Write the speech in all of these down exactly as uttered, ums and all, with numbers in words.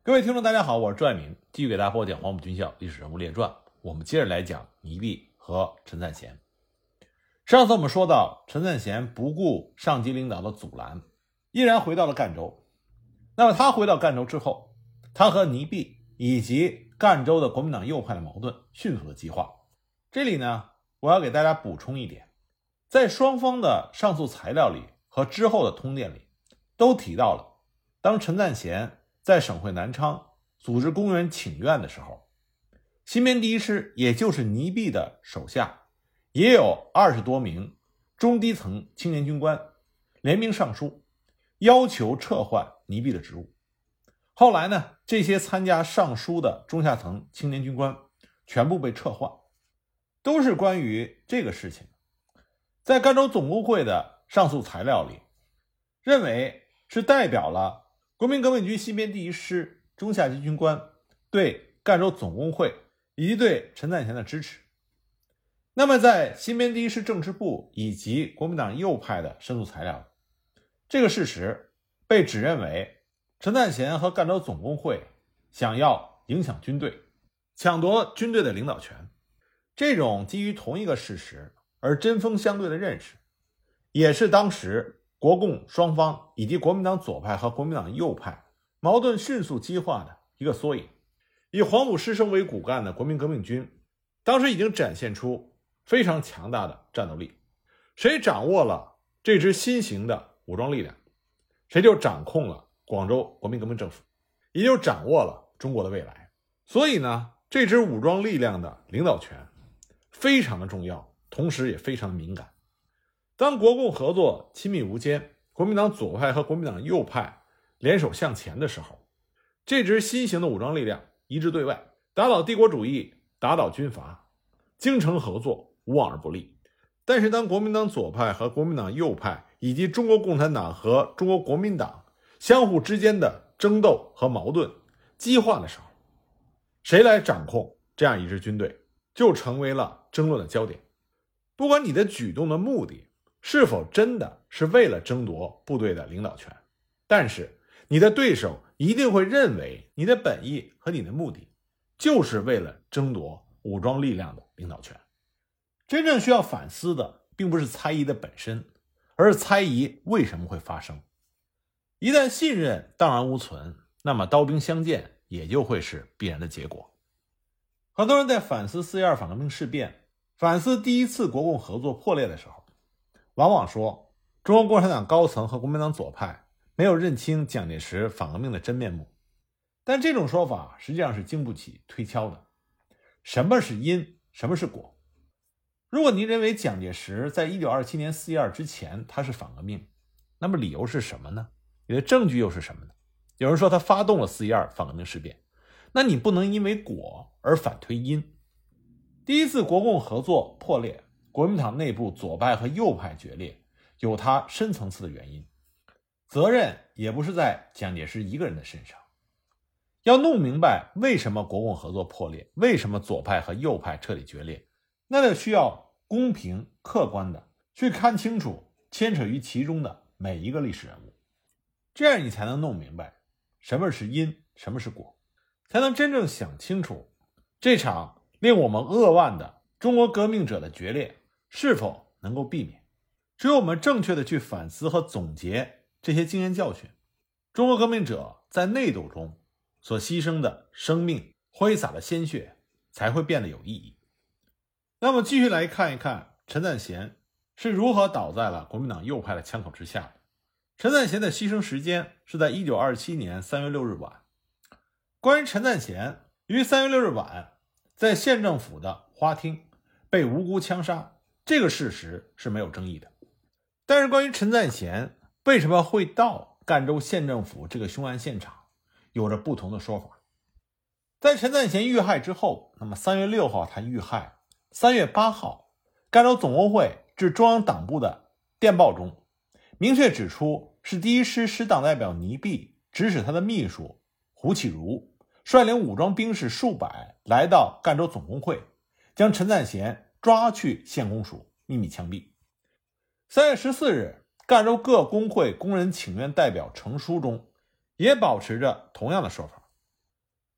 各位听众大家好，我是朱爱民，继续给大家播讲黄埔军校历史人物列传。我们接着来讲倪弼和陈赞贤。上次我们说到，陈赞贤不顾上级领导的阻拦，依然回到了赣州。那么他回到赣州之后，他和倪弼以及赣州的国民党右派的矛盾迅速的激化。这里呢，我要给大家补充一点，在双方的上诉材料里和之后的通电里都提到了，当陈赞贤在省会南昌组织公园请愿的时候，新编第一师也就是倪弼的手下也有二十多名中低层青年军官联名上书，要求撤换倪弼的职务。后来呢，这些参加上书的中下层青年军官全部被撤换，都是关于这个事情。在赣州总工会的上诉材料里，认为是代表了国民革命军新编第一师中下级军官对赣州总工会以及对陈赞贤的支持。那么在新编第一师政治部以及国民党右派的申诉材料，这个事实被指认为陈赞贤和赣州总工会想要影响军队，抢夺军队的领导权。这种基于同一个事实而针锋相对的认识，也是当时国共双方以及国民党左派和国民党右派矛盾迅速激化的一个缩影。以黄埔师生为骨干的国民革命军当时已经展现出非常强大的战斗力，谁掌握了这支新型的武装力量，谁就掌控了广州国民革命政府，也就掌握了中国的未来。所以呢，这支武装力量的领导权非常的重要，同时也非常的敏感。当国共合作亲密无间，国民党左派和国民党右派联手向前的时候，这支新型的武装力量一致对外，打倒帝国主义，打倒军阀，精诚合作，无往而不利。但是当国民党左派和国民党右派以及中国共产党和中国国民党相互之间的争斗和矛盾激化的时候，谁来掌控这样一支军队，就成为了争论的焦点。不管你的举动的目的是否真的是为了争夺部队的领导权，但是你的对手一定会认为你的本意和你的目的就是为了争夺武装力量的领导权。真正需要反思的并不是猜疑的本身，而是猜疑为什么会发生。一旦信任荡然无存，那么刀兵相见也就会是必然的结果。很多人在反思四一二反革命事变，反思第一次国共合作破裂的时候，往往说中国共产党高层和国民党左派没有认清蒋介石反革命的真面目。但这种说法实际上是经不起推敲的。什么是因，什么是果？如果您认为蒋介石在一九二七年四一二之前他是反革命，那么理由是什么呢？你的证据又是什么呢？有人说他发动了四一二反革命事变，那你不能因为果而反推因。第一次国共合作破裂，国民党内部左派和右派决裂，有它深层次的原因，责任也不是在蒋介石一个人的身上。要弄明白为什么国共合作破裂，为什么左派和右派彻底决裂，那就需要公平客观的去看清楚牵扯于其中的每一个历史人物，这样你才能弄明白什么是因，什么是果，才能真正想清楚这场令我们扼腕的中国革命者的决裂是否能够避免。只有我们正确的去反思和总结这些经验教训，中国革命者在内斗中所牺牲的生命，挥洒的鲜血才会变得有意义。那么继续来看一看陈赞贤是如何倒在了国民党右派的枪口之下的。陈赞贤的牺牲时间是在一九二七年三月六日晚。关于陈赞贤于三月六日晚在县政府的花厅被无辜枪杀，这个事实是没有争议的。但是关于陈赞贤为什么会到赣州县政府这个凶案现场，有着不同的说法。在陈赞贤遇害之后，那么三月六号他遇害，三月八号赣州总工会致中央党部的电报中明确指出，是第一师师党代表倪弼指使他的秘书胡启如率领武装兵士数百来到赣州总工会，将陈赞贤抓去县公署秘密枪毙。三月十四日，赣州各工会工人请愿代表呈书中也保持着同样的说法。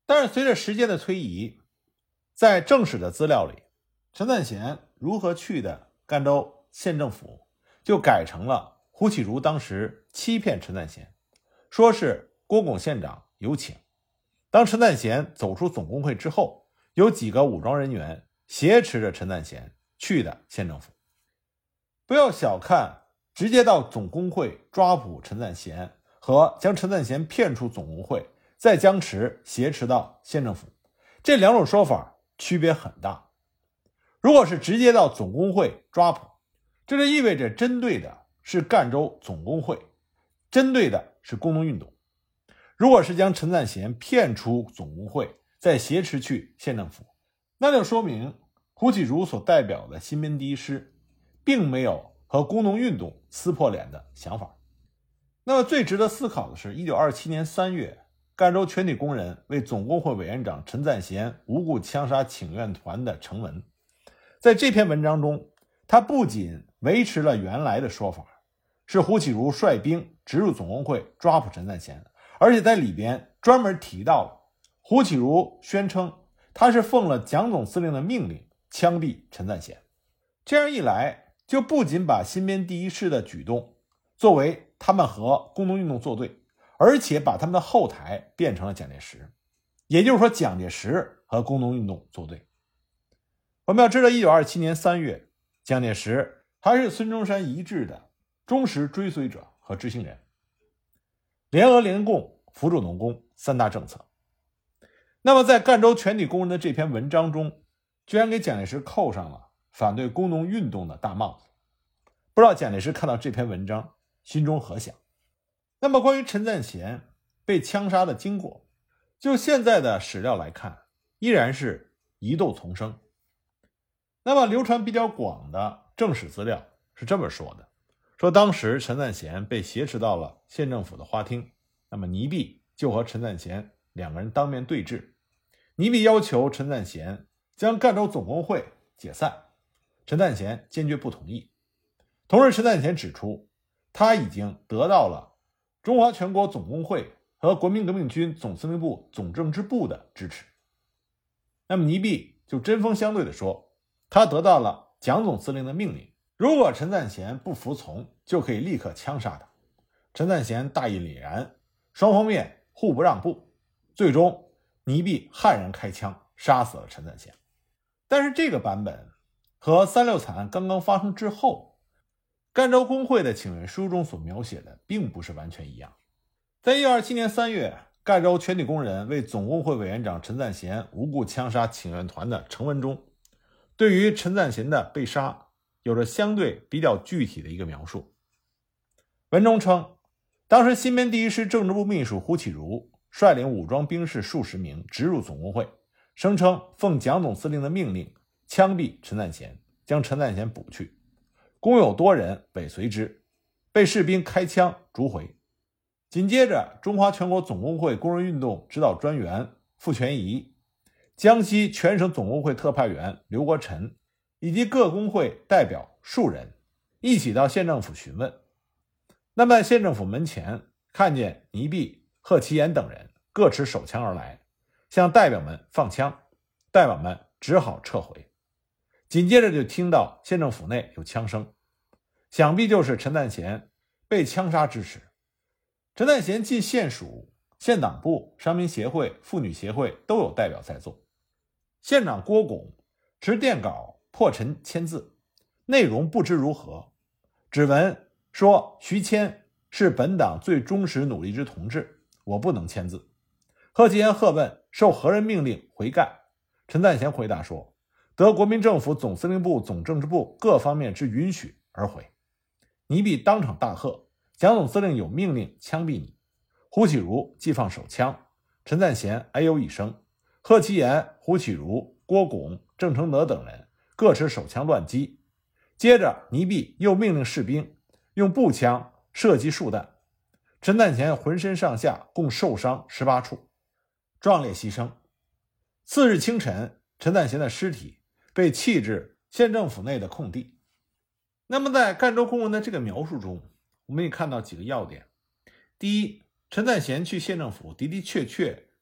但是随着时间的推移，在正史的资料里，陈赞贤如何去的赣州县政府就改成了胡启儒当时欺骗陈赞贤，说是郭拱县长有请。当陈赞贤走出总工会之后，有几个武装人员挟持着陈赞贤去的县政府。不要小看直接到总工会抓捕陈赞贤和将陈赞贤骗出总工会，再将其挟持到县政府，这两种说法区别很大。如果是直接到总工会抓捕，这就意味着针对的是赣州总工会，针对的是工农运动。如果是将陈赞贤骗出总工会，再挟持去县政府，那就说明胡启儒所代表的新编第一师并没有和工农运动撕破脸的想法。那么最值得思考的是一九二七年三月，赣州全体工人为总工会委员长陈赞贤无故枪杀请愿团的成文。在这篇文章中，他不仅维持了原来的说法，是胡启儒率兵直入总工会抓捕陈赞贤，而且在里边专门提到了胡启儒宣称他是奉了蒋总司令的命令枪毙陈赞贤。这样一来，就不仅把新编第一师的举动作为他们和工农运动作对，而且把他们的后台变成了蒋介石，也就是说蒋介石和工农运动作对。我们要知道一九二七年三月，蒋介石还是孙中山遗志的忠实追随者和执行人，联俄联共扶助农工三大政策。那么在赣州全体工人的这篇文章中，居然给蒋介石扣上了反对工农运动的大帽子。不知道蒋介石看到这篇文章心中何想。那么关于陈赞贤被枪杀的经过，就现在的史料来看，依然是疑窦丛生。那么流传比较广的正史资料是这么说的，说当时陈赞贤被挟持到了县政府的花厅，那么倪弼就和陈赞贤两个人当面对质，倪弼要求陈赞贤将赣州总工会解散，陈赞贤坚决不同意。同时陈赞贤指出，他已经得到了中华全国总工会和国民革命军总司令部总政治部的支持。那么倪弼就针锋相对地说，他得到了蒋总司令的命令，如果陈赞贤不服从，就可以立刻枪杀他。陈赞贤大义凛然，双方面互不让步，最终倪弼悍然开枪杀死了陈赞贤。但是这个版本和三六惨案刚刚发生之后，赣州工会的请愿书中所描写的并不是完全一样。在一九二七年三月，赣州全体工人为总工会委员长陈赞贤无故枪杀请愿团的成文中，对于陈赞贤的被杀有着相对比较具体的一个描述。文中称，当时新编第一师政治部秘书胡启儒率领武装兵士数十名直入总工会，声称奉蒋总司令的命令枪毙陈赞贤，将陈赞贤捕去，共有多人尾随之，被士兵开枪逐回。紧接着，中华全国总工会工人运动指导专员傅全仪、江西全省总工会特派员刘国臣以及各工会代表数人一起到县政府询问。那么在县政府门前看见倪弼、贺其言等人各持手枪而来，向代表们放枪，代表们只好撤回。紧接着就听到县政府内有枪声，想必就是陈赞贤被枪杀之时。陈赞贤进县署、县党部、商民协会、妇女协会都有代表在座。县长郭拱持电稿破陈签字，内容不知如何，只闻说徐谦是本党最忠实努力之同志，我不能签字。贺其言喝问受何人命令回赣，陈赞贤回答说，得国民政府总司令部总政治部各方面之允许而回。倪弼当场大喝，蒋总司令有命令枪毙你。胡启儒即放手枪，陈赞贤哎呦一声，贺其言、胡启儒、郭拱、郑承德等人各持手枪乱击。接着倪弼又命令士兵用步枪射击数弹，陈赞贤浑身上下共受伤十八处，壮烈牺牲。次日清晨，陈赞贤的尸体被弃至县政府内的空地。那么在赣州公文的这个描述中，我们也看到几个要点。第一，陈赞贤去县政府的的确确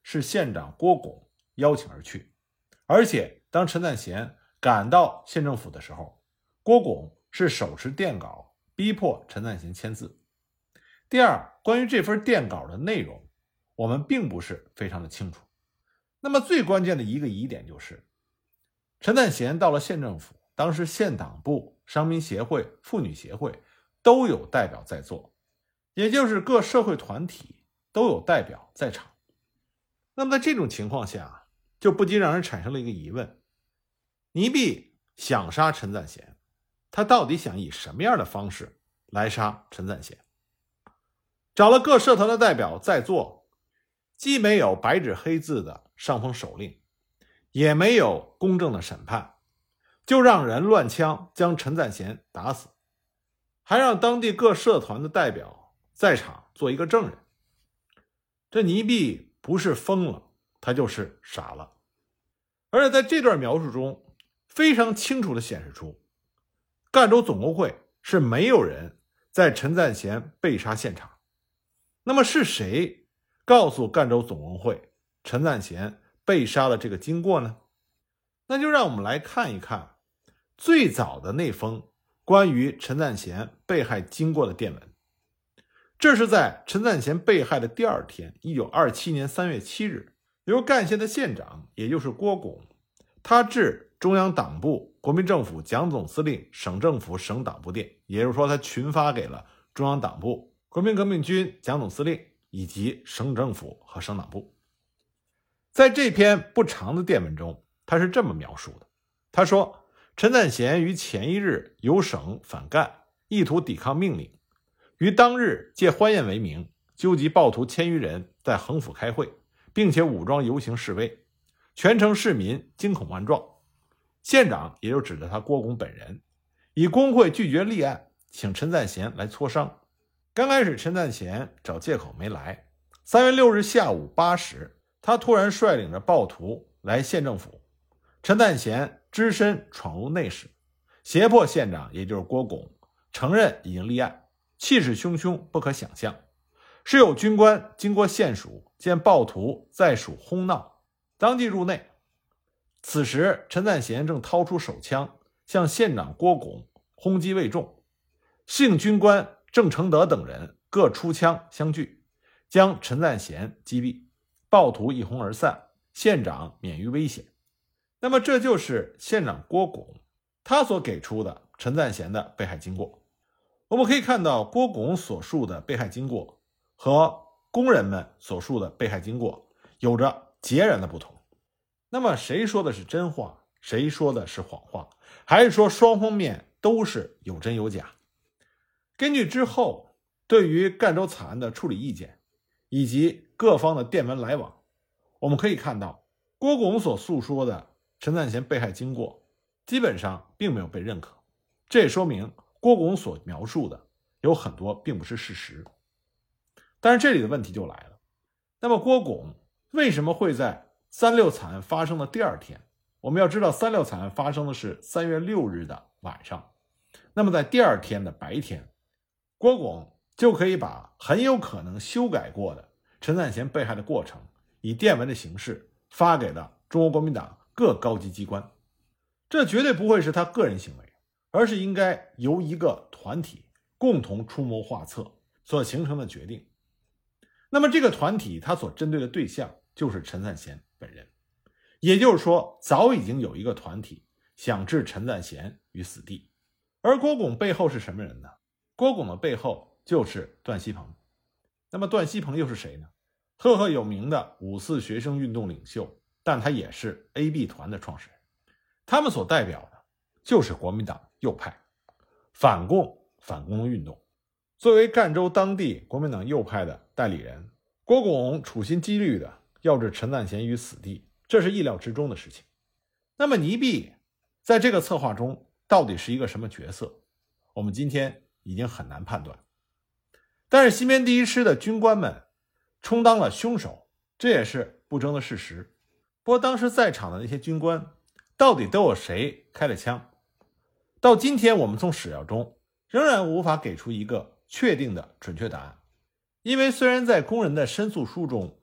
是县长郭拱邀请而去，而且当陈赞贤赶到县政府的时候，郭拱是手持电稿逼迫陈赞贤签字。第二，关于这份电稿的内容，我们并不是非常的清楚。那么最关键的一个疑点就是，陈赞贤到了县政府，当时县党部、商民协会、妇女协会都有代表在座，也就是各社会团体都有代表在场。那么在这种情况下，就不禁让人产生了一个疑问：倪弼想杀陈赞贤，他到底想以什么样的方式来杀陈赞贤？找了各社团的代表在座，既没有白纸黑字的上峰手令，也没有公正的审判，就让人乱枪将陈赞贤打死，还让当地各社团的代表在场做一个证人。这倪弼不是疯了，他就是傻了。而且在这段描述中非常清楚地显示出，赣州总工会是没有人在陈赞贤被杀现场。那么是谁告诉赣州总工会陈赞贤被杀的这个经过呢？那就让我们来看一看最早的那封关于陈赞贤被害经过的电文。这是在陈赞贤被害的第二天，一九二七年三月七日，由赣县的县长，也就是郭拱，他致中央党部、国民政府蒋总司令、省政府、省党部电，也就是说他群发给了中央党部、国民革命军蒋总司令以及省政府和省党部。在这篇不长的电文中，他是这么描述的。他说，陈赞贤于前一日由省反赣，意图抵抗命令，于当日借欢宴为名，纠集暴徒千余人在横府开会，并且武装游行示威，全城市民惊恐万状。县长也就指着他郭拱本人，以工会拒绝立案，请陈赞贤来磋商。刚开始陈赞贤找借口没来，三月六日下午八时，他突然率领着暴徒来县政府，陈赞贤只身闯入内室，胁迫县长也就是郭拱承认已经立案，气势汹汹不可想象。是有军官经过县署，见暴徒在署哄闹，当即入内。此时陈赞贤正掏出手枪向县长郭拱轰击未中，适应军官郑承德等人各出枪相拒，将陈赞贤击毙，暴徒一哄而散，县长免于危险。那么这就是县长郭拱他所给出的陈赞贤的被害经过。我们可以看到郭拱所述的被害经过和工人们所述的被害经过有着截然的不同。那么谁说的是真话，谁说的是谎话，还是说双方面都是有真有假？根据之后对于赣州惨案的处理意见以及各方的电文来往，我们可以看到郭拱所诉说的陈赞贤被害经过基本上并没有被认可，这也说明郭拱所描述的有很多并不是事实。但是这里的问题就来了，那么郭拱为什么会在三六惨案发生的第二天，我们要知道三六惨案发生的是三月六日的晚上，那么在第二天的白天，郭拱就可以把很有可能修改过的陈赞贤被害的过程以电文的形式发给了中国国民党各高级机关。这绝对不会是他个人行为，而是应该由一个团体共同出谋划策所形成的决定。那么这个团体他所针对的对象就是陈赞贤本人，也就是说早已经有一个团体想置陈赞贤于死地。而郭拱背后是什么人呢？郭拱的背后就是段锡朋。那么段锡朋又是谁呢？赫赫有名的五四学生运动领袖，但他也是 A B 团的创始人。他们所代表的就是国民党右派，反共反工农运动。作为赣州当地国民党右派的代理人，郭拱处心积虑的要置陈赞贤于死地，这是意料之中的事情。那么倪弼在这个策划中到底是一个什么角色，我们今天已经很难判断。但是新编第一师的军官们充当了凶手，这也是不争的事实。不过当时在场的那些军官到底都有谁开了枪，到今天我们从史料中仍然无法给出一个确定的准确答案。因为虽然在工人的申诉书中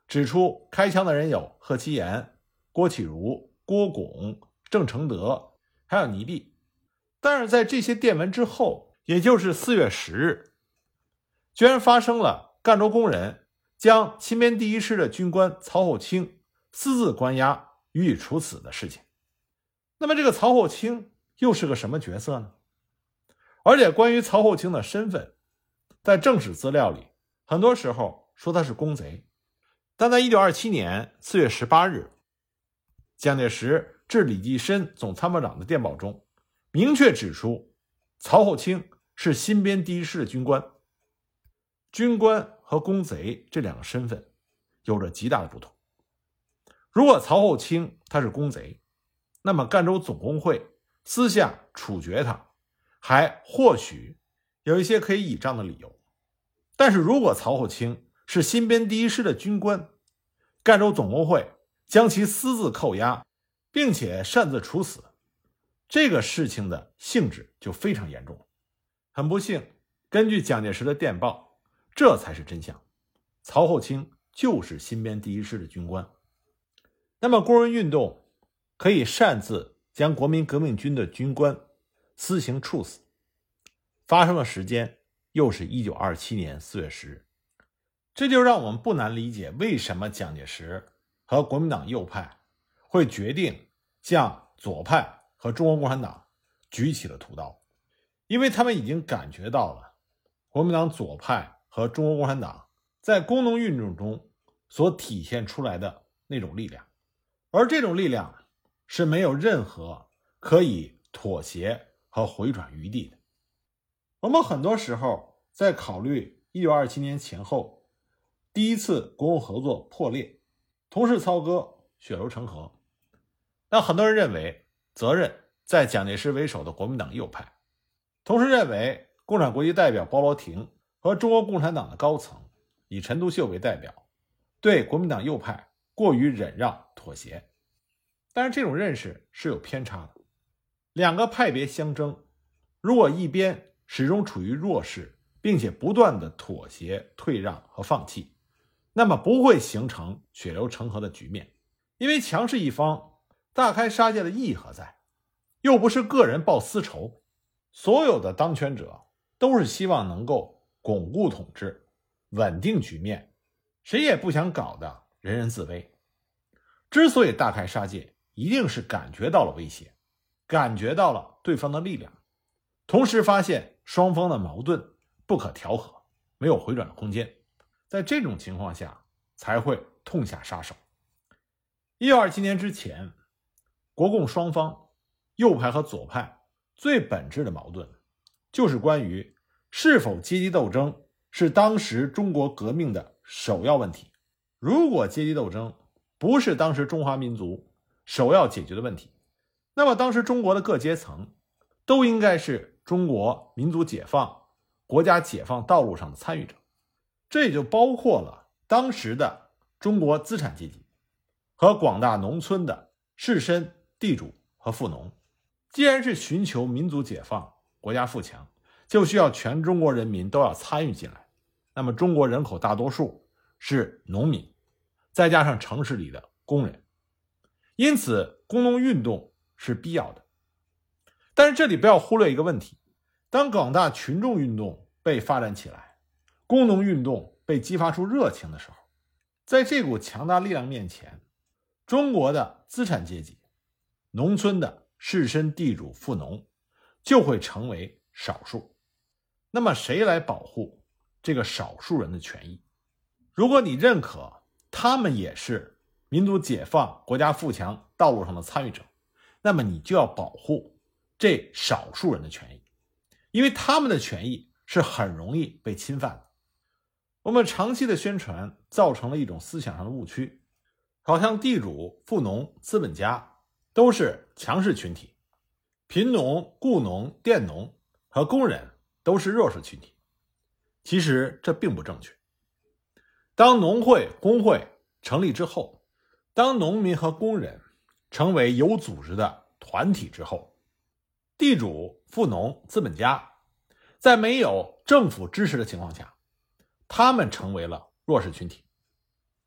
指出开枪的人有贺其言、郭启儒、郭拱、郑承德，还有倪弼。但是在这些电文之后，也就是四月十日，居然发生了赣州工人将新编第一师的军官曹厚清私自关押予以处死的事情。那么这个曹厚清又是个什么角色呢？而且关于曹厚清的身份，在正史资料里很多时候说他是公贼，但在一九二七年四月十八日，蒋介石致李济深总参谋长的电报中明确指出，曹厚清是新编第一师的军官。军官和公贼这两个身份有着极大的不同。如果曹厚清他是公贼，那么赣州总工会私下处决他，还或许有一些可以倚仗的理由。但是如果曹厚清是新编第一师的军官，赣州总工会将其私自扣押，并且擅自处死，这个事情的性质就非常严重。很不幸，根据蒋介石的电报，这才是真相。曹厚清就是新编第一师的军官。那么工人运动可以擅自将国民革命军的军官私刑处死，发生的时间又是一九二七年四月十日。这就让我们不难理解为什么蒋介石和国民党右派会决定向左派和中国共产党举起了屠刀。因为他们已经感觉到了国民党左派和中国共产党在工农运动中所体现出来的那种力量，而这种力量是没有任何可以妥协和回转余地的。我们很多时候在考虑一九二七年前后第一次国共合作破裂，同是操戈，血流成河，那很多人认为责任在蒋介石为首的国民党右派，同时认为共产国际代表包罗廷和中国共产党的高层以陈独秀为代表，对国民党右派过于忍让妥协。但是这种认识是有偏差的。两个派别相争，如果一边始终处于弱势，并且不断的妥协、退让和放弃，那么不会形成血流成河的局面。因为强势一方大开杀戒的意义何在？又不是个人报私仇，所有的当权者都是希望能够巩固统治，稳定局面，谁也不想搞得人人自危。之所以大开杀戒，一定是感觉到了威胁，感觉到了对方的力量，同时发现双方的矛盾不可调和，没有回转的空间，在这种情况下才会痛下杀手。一九二七年之前，国共双方右派和左派最本质的矛盾就是关于是否阶级斗争是当时中国革命的首要问题。如果阶级斗争不是当时中华民族首要解决的问题，那么当时中国的各阶层都应该是中国民族解放、国家解放道路上的参与者。这也就包括了当时的中国资产阶级和广大农村的士绅、地主和富农。既然是寻求民族解放、国家富强，就需要全中国人民都要参与进来。那么中国人口大多数是农民，再加上城市里的工人，因此工农运动是必要的。但是这里不要忽略一个问题，当广大群众运动被发展起来，工农运动被激发出热情的时候，在这股强大力量面前，中国的资产阶级、农村的士绅、地主、富农就会成为少数。那么谁来保护这个少数人的权益？如果你认可他们也是民族解放、国家富强道路上的参与者，那么你就要保护这少数人的权益，因为他们的权益是很容易被侵犯的。我们长期的宣传造成了一种思想上的误区，好像地主、富农、资本家都是强势群体，贫农、雇农、佃农和工人都是弱势群体。其实这并不正确。当农会、工会成立之后，当农民和工人成为有组织的团体之后，地主、富农、资本家在没有政府支持的情况下，他们成为了弱势群体。那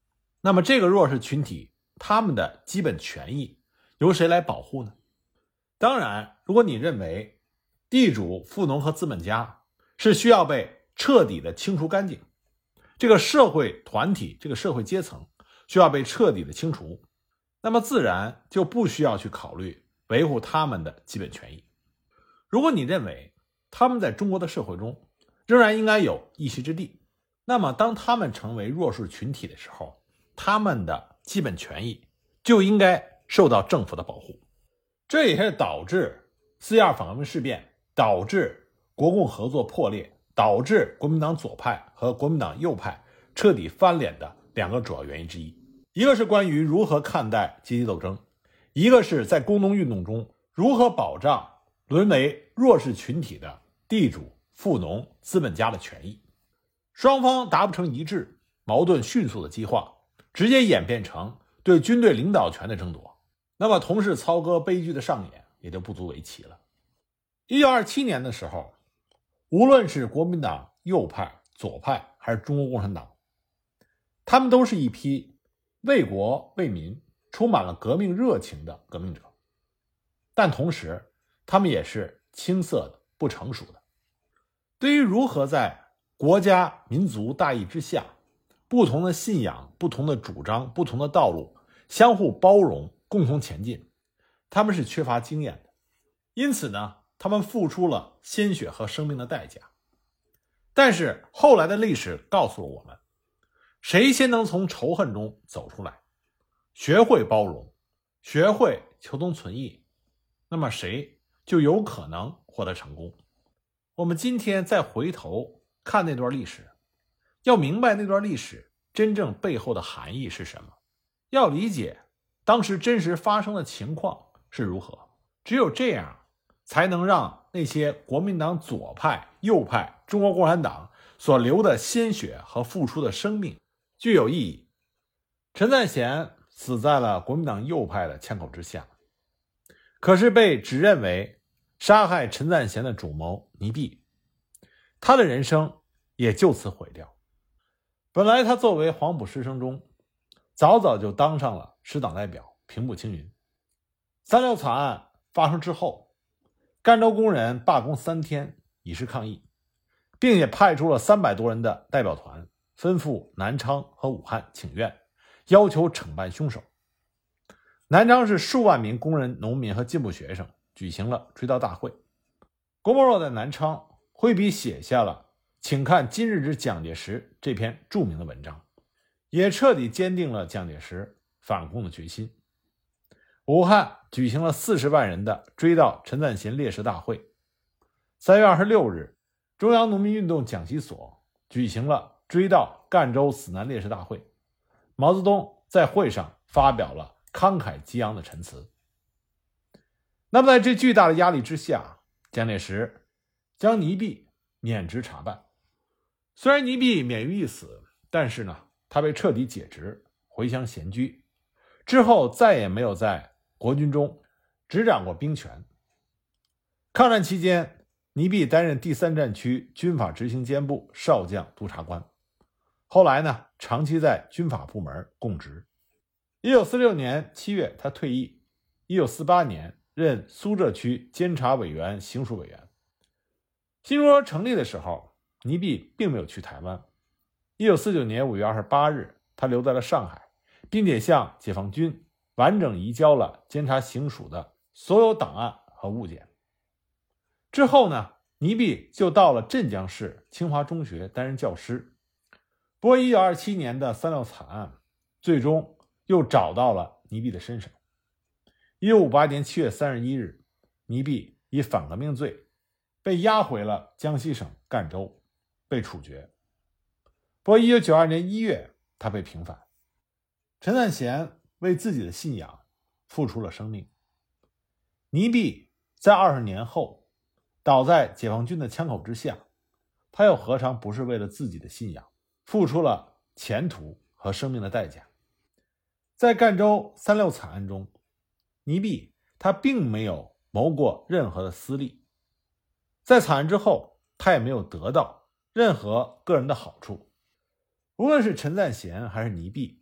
那么这个弱势群体他们的基本权益由谁来保护呢？当然，如果你认为地主、富农和资本家是需要被彻底的清除干净，这个社会团体、这个社会阶层需要被彻底的清除，那么自然就不需要去考虑维护他们的基本权益。如果你认为他们在中国的社会中仍然应该有一席之地，那么当他们成为弱势群体的时候，他们的基本权益就应该受到政府的保护。这也是导致四一二反革命事变，导致国共合作破裂，导致国民党左派和国民党右派彻底翻脸的两个主要原因之一。一个是关于如何看待阶级斗争，一个是在工农运动中如何保障沦为弱势群体的地主、富农、资本家的权益。双方达不成一致，矛盾迅速的激化，直接演变成对军队领导权的争夺。那么同是操戈悲剧的上演也就不足为奇了。一九二七年的时候，无论是国民党右派、左派还是中国共产党，他们都是一批为国为民充满了革命热情的革命者，但同时他们也是青涩的、不成熟的。对于如何在国家民族大义之下，不同的信仰、不同的主张、不同的道路相互包容、共同前进，他们是缺乏经验的。因此呢，他们付出了鲜血和生命的代价。但是后来的历史告诉了我们，谁先能从仇恨中走出来，学会包容，学会求同存异，那么谁就有可能获得成功。我们今天再回头看那段历史，要明白那段历史真正背后的含义是什么，要理解当时真实发生的情况是如何。只有这样才能让那些国民党左派、右派、中国共产党所流的鲜血和付出的生命具有意义。陈赞贤死在了国民党右派的枪口之下，可是被指认为杀害陈赞贤的主谋倪弼，他的人生也就此毁掉。本来他作为黄埔师生中早早就当上了师党代表，平步青云。三六惨案发生之后，赣州工人罢工三天以示抗议，并且派出了三百多人的代表团奔赴南昌和武汉请愿，要求惩办凶手。南昌市数万名工人、农民和进步学生举行了追悼大会。郭沫若在南昌挥笔写下了请看今日之蒋介石这篇著名的文章，也彻底坚定了蒋介石反共的决心。武汉举行了四十万人的追悼陈赞贤烈士大会。三月二十六日，中央农民运动讲习所举行了追悼赣州死难烈士大会。毛泽东在会上发表了慷慨激昂的陈词。那么在这巨大的压力之下，蒋介石将倪弼免职查办。虽然倪弼免于一死，但是呢，他被彻底解职，回乡闲居，之后再也没有在国军中执掌过兵权。抗战期间，倪弼担任第三战区军法执行监部少将督察官，后来呢，长期在军法部门供职。一九四六年七月他退役，一九四八年任苏浙区监察委员、行署委员。新中国成立的时候，倪弼并没有去台湾。一九四九年五月二十八日，他留在了上海，并且向解放军完整移交了监察行署的所有档案和物件。之后呢，倪弼就到了镇江市清华中学担任教师。不过一九二七年的三六惨案最终又找到了倪弼的身上。一九五八年七月三十一日，倪弼以反革命罪被押回了江西省赣州，被处决。不过一九九二年一月，他被平反。陈赞贤为自己的信仰付出了生命。倪弼在二十年后倒在解放军的枪口之下，他又何尝不是为了自己的信仰付出了前途和生命的代价？在赣州三六惨案中，倪弼他并没有谋过任何的私利，在惨案之后，他也没有得到任何个人的好处。无论是陈赞贤还是倪弼，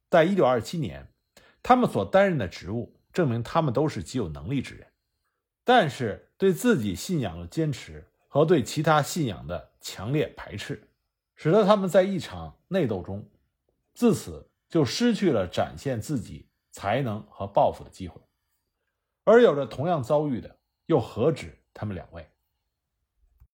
在一九二七年，他们所担任的职务证明他们都是极有能力之人，但是对自己信仰的坚持和对其他信仰的强烈排斥，使得他们在一场内斗中，自此就失去了展现自己才能和抱负的机会。而有着同样遭遇的，又何止他们两位？